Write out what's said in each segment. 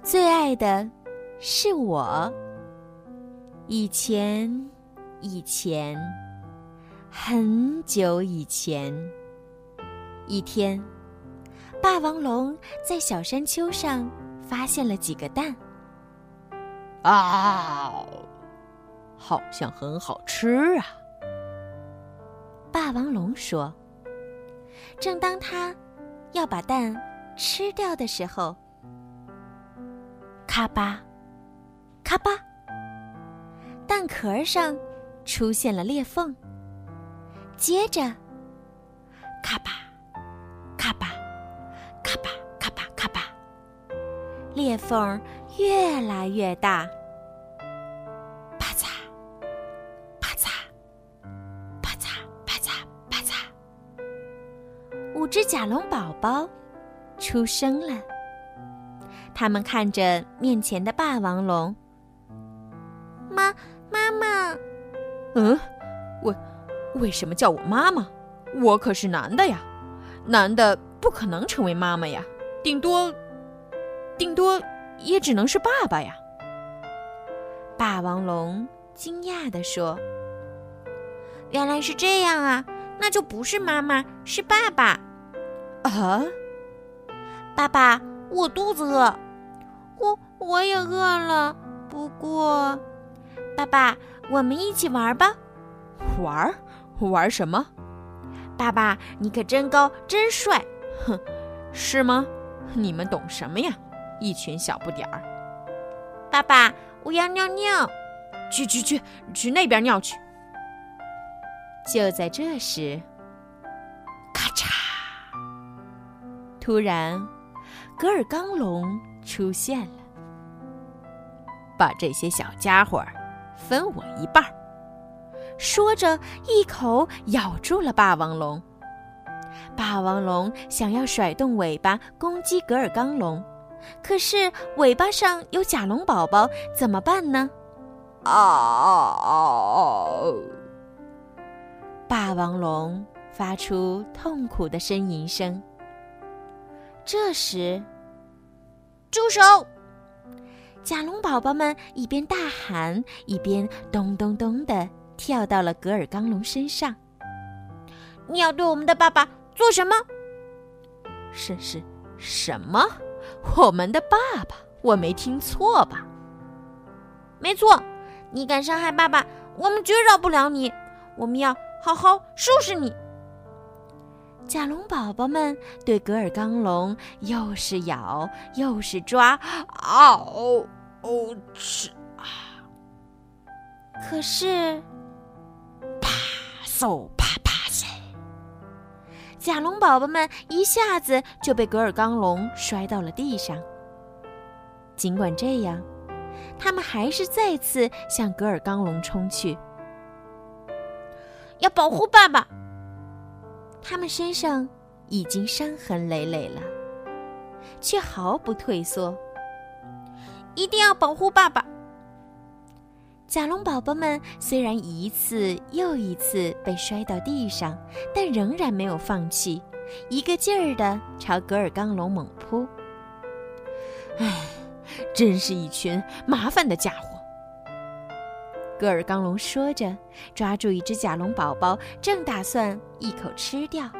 最爱的是我。以前，很久以前，一天，霸王龙在小山丘上发现了几个蛋。 好像很好吃啊。 霸王龙说。正当他要把蛋吃掉的时候，咔吧，咔吧，蛋壳上出现了裂缝。接着，咔吧，咔吧，咔吧，咔吧，咔吧，裂缝越来越大。啪嚓，啪嚓，啪嚓，啪嚓，啪嚓，5只甲龙宝宝出生了。他们看着面前的霸王龙。妈妈， 为什么叫我妈妈？我可是男的呀，男的不可能成为妈妈呀，顶多也只能是爸爸呀。 霸王龙惊讶地说。原来是这样啊，那就不是妈妈，是爸爸。 啊？ 爸爸，我肚子饿。我也饿了，不过，爸爸，我们一起玩吧。 玩什么？ 爸爸，你可真高，真帅。 哼，是吗？你们懂什么呀？一群小不点儿。 爸爸，我要尿尿。 去那边尿去。 就在这时，咔嚓！突然，格尔刚龙出现了。 把这些小家伙分我一半。 说着，一口咬住了霸王龙。霸王龙想要甩动尾巴攻击格尔刚龙，可是尾巴上有甲龙宝宝，怎么办呢？霸王龙发出痛苦的呻吟声。这时，住手！甲龙宝宝们一边大喊，一边咚咚咚地跳到了格尔刚龙身上。你要对我们的爸爸做什么？ 是什么？我们的爸爸？我没听错吧？ 没错，你敢伤害爸爸，我们绝饶不了你，我们要好好收拾你。甲龙宝宝们对格尔刚龙又是咬又是抓， 吃啊！ 可是， 啪嗖啪啪嗖， 甲龙宝宝们一下子就被格尔刚龙摔到了地上。尽管这样，他们还是再次向格尔刚龙冲去，要保护爸爸。他们身上已经伤痕累累了，却毫不退缩。一定要保护爸爸！甲龙宝宝们虽然一次又一次被摔到地上，但仍然没有放弃，一个劲儿地朝格尔刚龙猛扑。 真是一群麻烦的家伙。 格尔刚龙说着，抓住一只甲龙宝宝，正打算一口吃掉。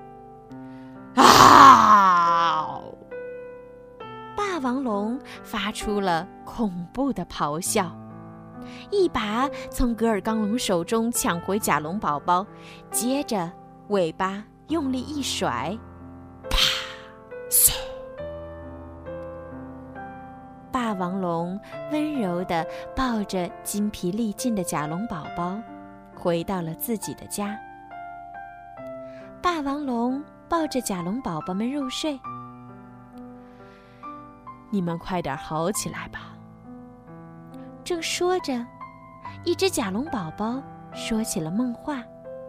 霸王龙发出了恐怖的咆哮，一把从格尔刚龙手中抢回甲龙宝宝，接着尾巴用力一甩，啪嗖！霸王龙温柔地抱着筋疲力尽的甲龙宝宝，回到了自己的家。霸王龙抱着甲龙宝宝们入睡。 你们快点好起来吧。 正说着，一只甲龙宝宝说起了梦话。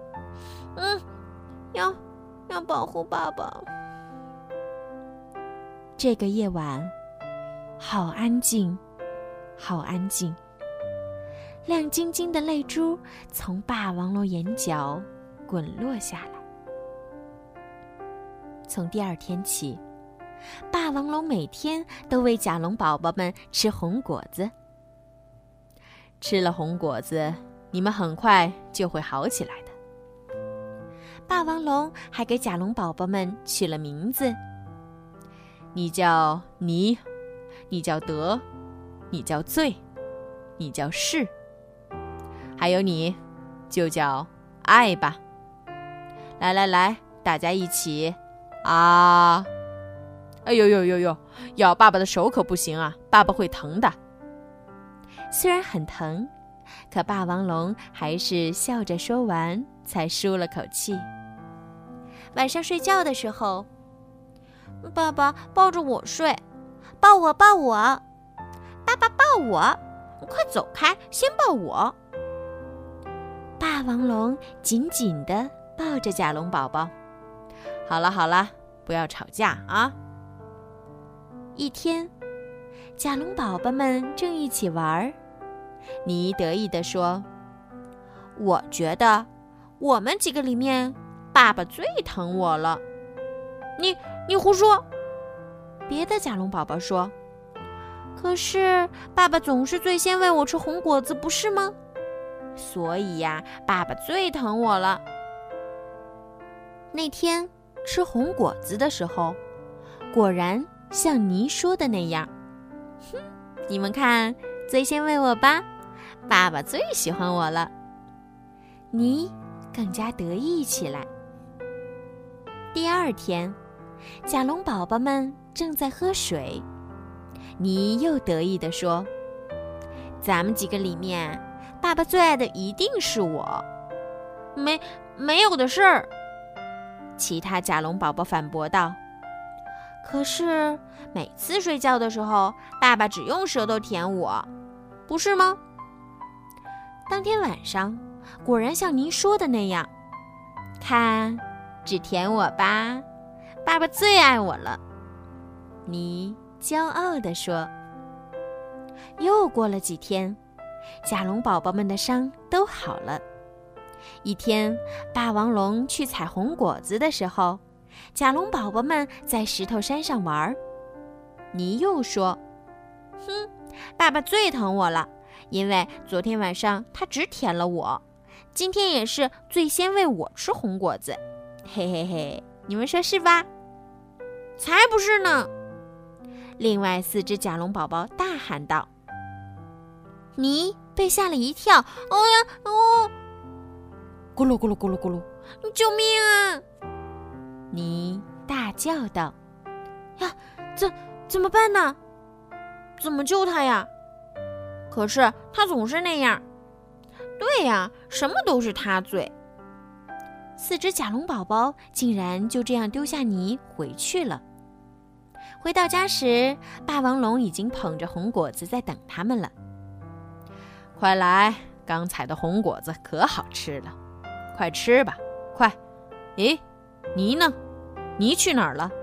要保护爸爸。这个夜晚，好安静，好安静。亮晶晶的泪珠从霸王龙眼角滚落下来。从第二天起， 霸王龙每天都喂甲龙宝宝们吃红果子。 吃了红果子，你们很快就会好起来的。 霸王龙还给甲龙宝宝们取了名字， 你叫你，你叫德，你叫醉，你叫是，还有你，就叫爱吧。来来来，大家一起啊！哎呦呦呦呦，咬爸爸的手可不行啊，爸爸会疼的。 虽然很疼，可霸王龙还是笑着说完，才舒了口气。晚上睡觉的时候，爸爸抱着我睡，抱我抱我，爸爸抱我，快走开，先抱我。霸王龙紧紧地抱着甲龙宝宝。 好了好了，不要吵架啊。 一天，甲龙宝宝们正一起玩，你得意地说：“我觉得我们几个里面，爸爸最疼我了。”你胡说！别的甲龙宝宝说：“可是爸爸总是最先喂我吃红果子，不是吗？所以呀，爸爸最疼我了。”那天吃红果子的时候，果然像你说的那样。哼，你们看，最先喂我吧，爸爸最喜欢我了。你更加得意起来。第二天，甲龙宝宝们正在喝水，你又得意地说：“咱们几个里面，爸爸最爱的一定是我。”没有的事儿。其他甲龙宝宝反驳道：“可是每次睡觉的时候，爸爸只用舌头舔我，不是吗？”当天晚上，果然像您说的那样，看，只舔我吧，爸爸最爱我了。你骄傲地说。又过了几天，甲龙宝宝们的伤都好了。一天，霸王龙去采红果子的时候，甲龙宝宝们在石头山上玩。你又说：“哼，爸爸最疼我了，因为昨天晚上他只舔了我，今天也是最先喂我吃红果子。嘿嘿嘿，你们说是吧？”才不是呢！另外4只甲龙宝宝大喊道。你被吓了一跳，哦呀哦！咕噜咕噜咕噜咕噜，救命啊！你大叫道：“呀，怎么办呢？怎么救他呀？可是他总是那样。对呀，什么都是他罪。”4只甲龙宝宝竟然就这样丢下你回去了。回到家时，霸王龙已经捧着红果子在等他们了。 快来，刚采的红果子可好吃了，快吃吧，快！咦，你呢？你去哪儿了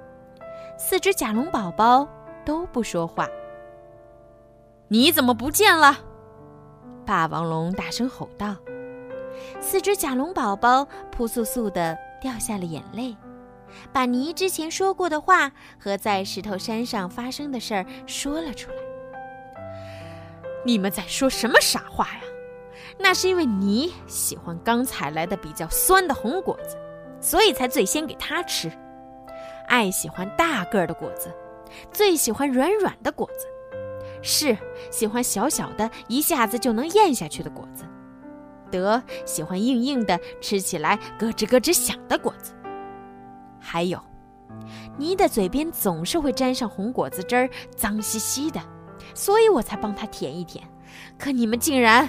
？4只甲龙宝宝都不说话。 你怎么不见了？ 霸王龙大声吼道。4只甲龙宝宝扑簌簌地掉下了眼泪，把你之前说过的话和在石头山上发生的事儿说了出来。 你们在说什么傻话呀？那是因为你喜欢刚采来的比较酸的红果子，所以才最先给他吃。爱喜欢大个儿的果子，最喜欢软软的果子，是喜欢小小的一下子就能咽下去的果子。德喜欢硬硬的，吃起来咯吱咯吱响的果子。还有，你的嘴边总是会沾上红果子汁儿，脏兮兮的，所以我才帮他舔一舔。可你们竟然……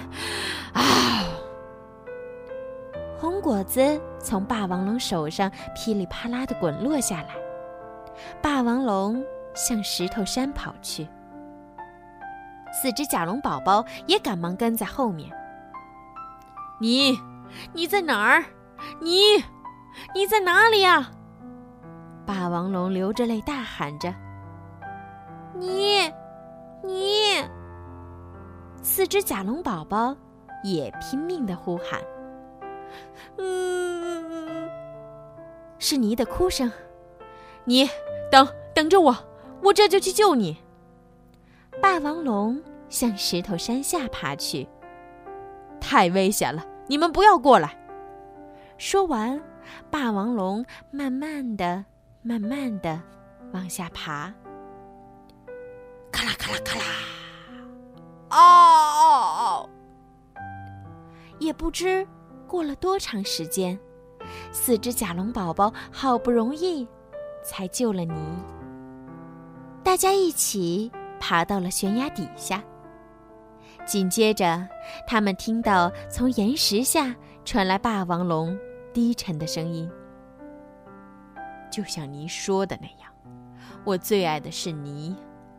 红果子从霸王龙手上噼里啪啦地滚落下来，霸王龙向石头山跑去。4只甲龙宝宝也赶忙跟在后面。 你在哪儿？你在哪里呀？ 霸王龙流着泪大喊着。你！4只甲龙宝宝也拼命地呼喊。是你的哭声。 你等着我，我这就去救你。 霸王龙向石头山下爬去。 太危险了，你们不要过来。 说完，霸王龙慢慢的往下爬。 咔啦咔啦咔啦，哦！ 也不知过了多长时间，4只甲龙宝宝好不容易才救了你。大家一起爬到了悬崖底下。紧接着，他们听到从岩石下传来霸王龙低沉的声音：“ 就像你说的那样，我最爱的是你，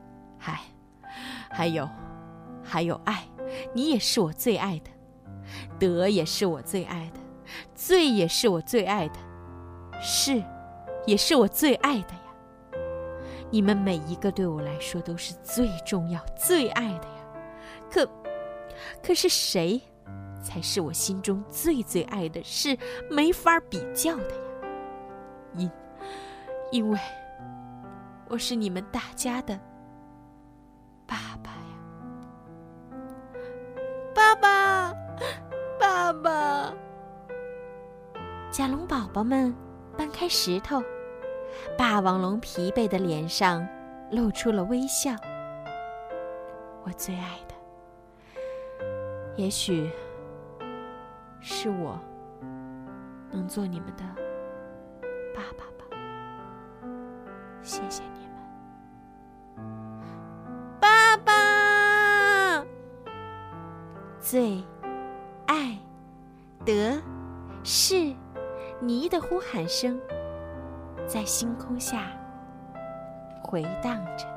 还有爱，你也是我最爱的，得也是我最爱的，罪也是我最爱的，是也是我最爱的呀。你们每一个对我来说都是最重要、最爱的呀。可是谁才是我心中最爱的，是没法比较的呀。因为我是你们大家的爸爸呀。爸爸！ 甲龙宝宝们搬开石头，霸王龙疲惫的脸上露出了微笑。 我最爱的，也许是我能做你们的爸爸吧。谢谢你们。 爸爸！最爱的是你的呼喊声在星空下回荡着。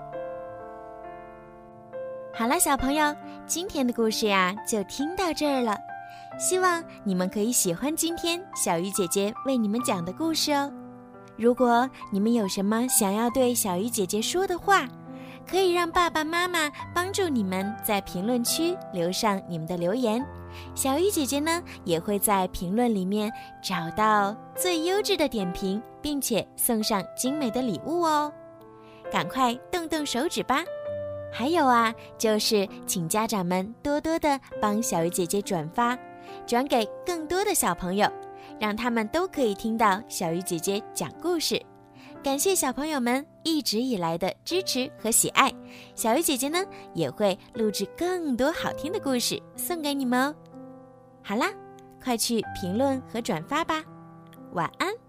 好了，小朋友，今天的故事呀就听到这儿了。希望你们可以喜欢今天小鱼姐姐为你们讲的故事哦。如果你们有什么想要对小鱼姐姐说的话，可以让爸爸妈妈帮助你们在评论区留上你们的留言。小鱼姐姐呢，也会在评论里面找到最优质的点评，并且送上精美的礼物哦。赶快动动手指吧！还有啊，就是请家长们多多的帮小鱼姐姐转发，转给更多的小朋友，让他们都可以听到小鱼姐姐讲故事。感谢小朋友们一直以来的支持和喜爱，小鱼姐姐呢也会录制更多好听的故事送给你们哦。好啦，快去评论和转发吧，晚安。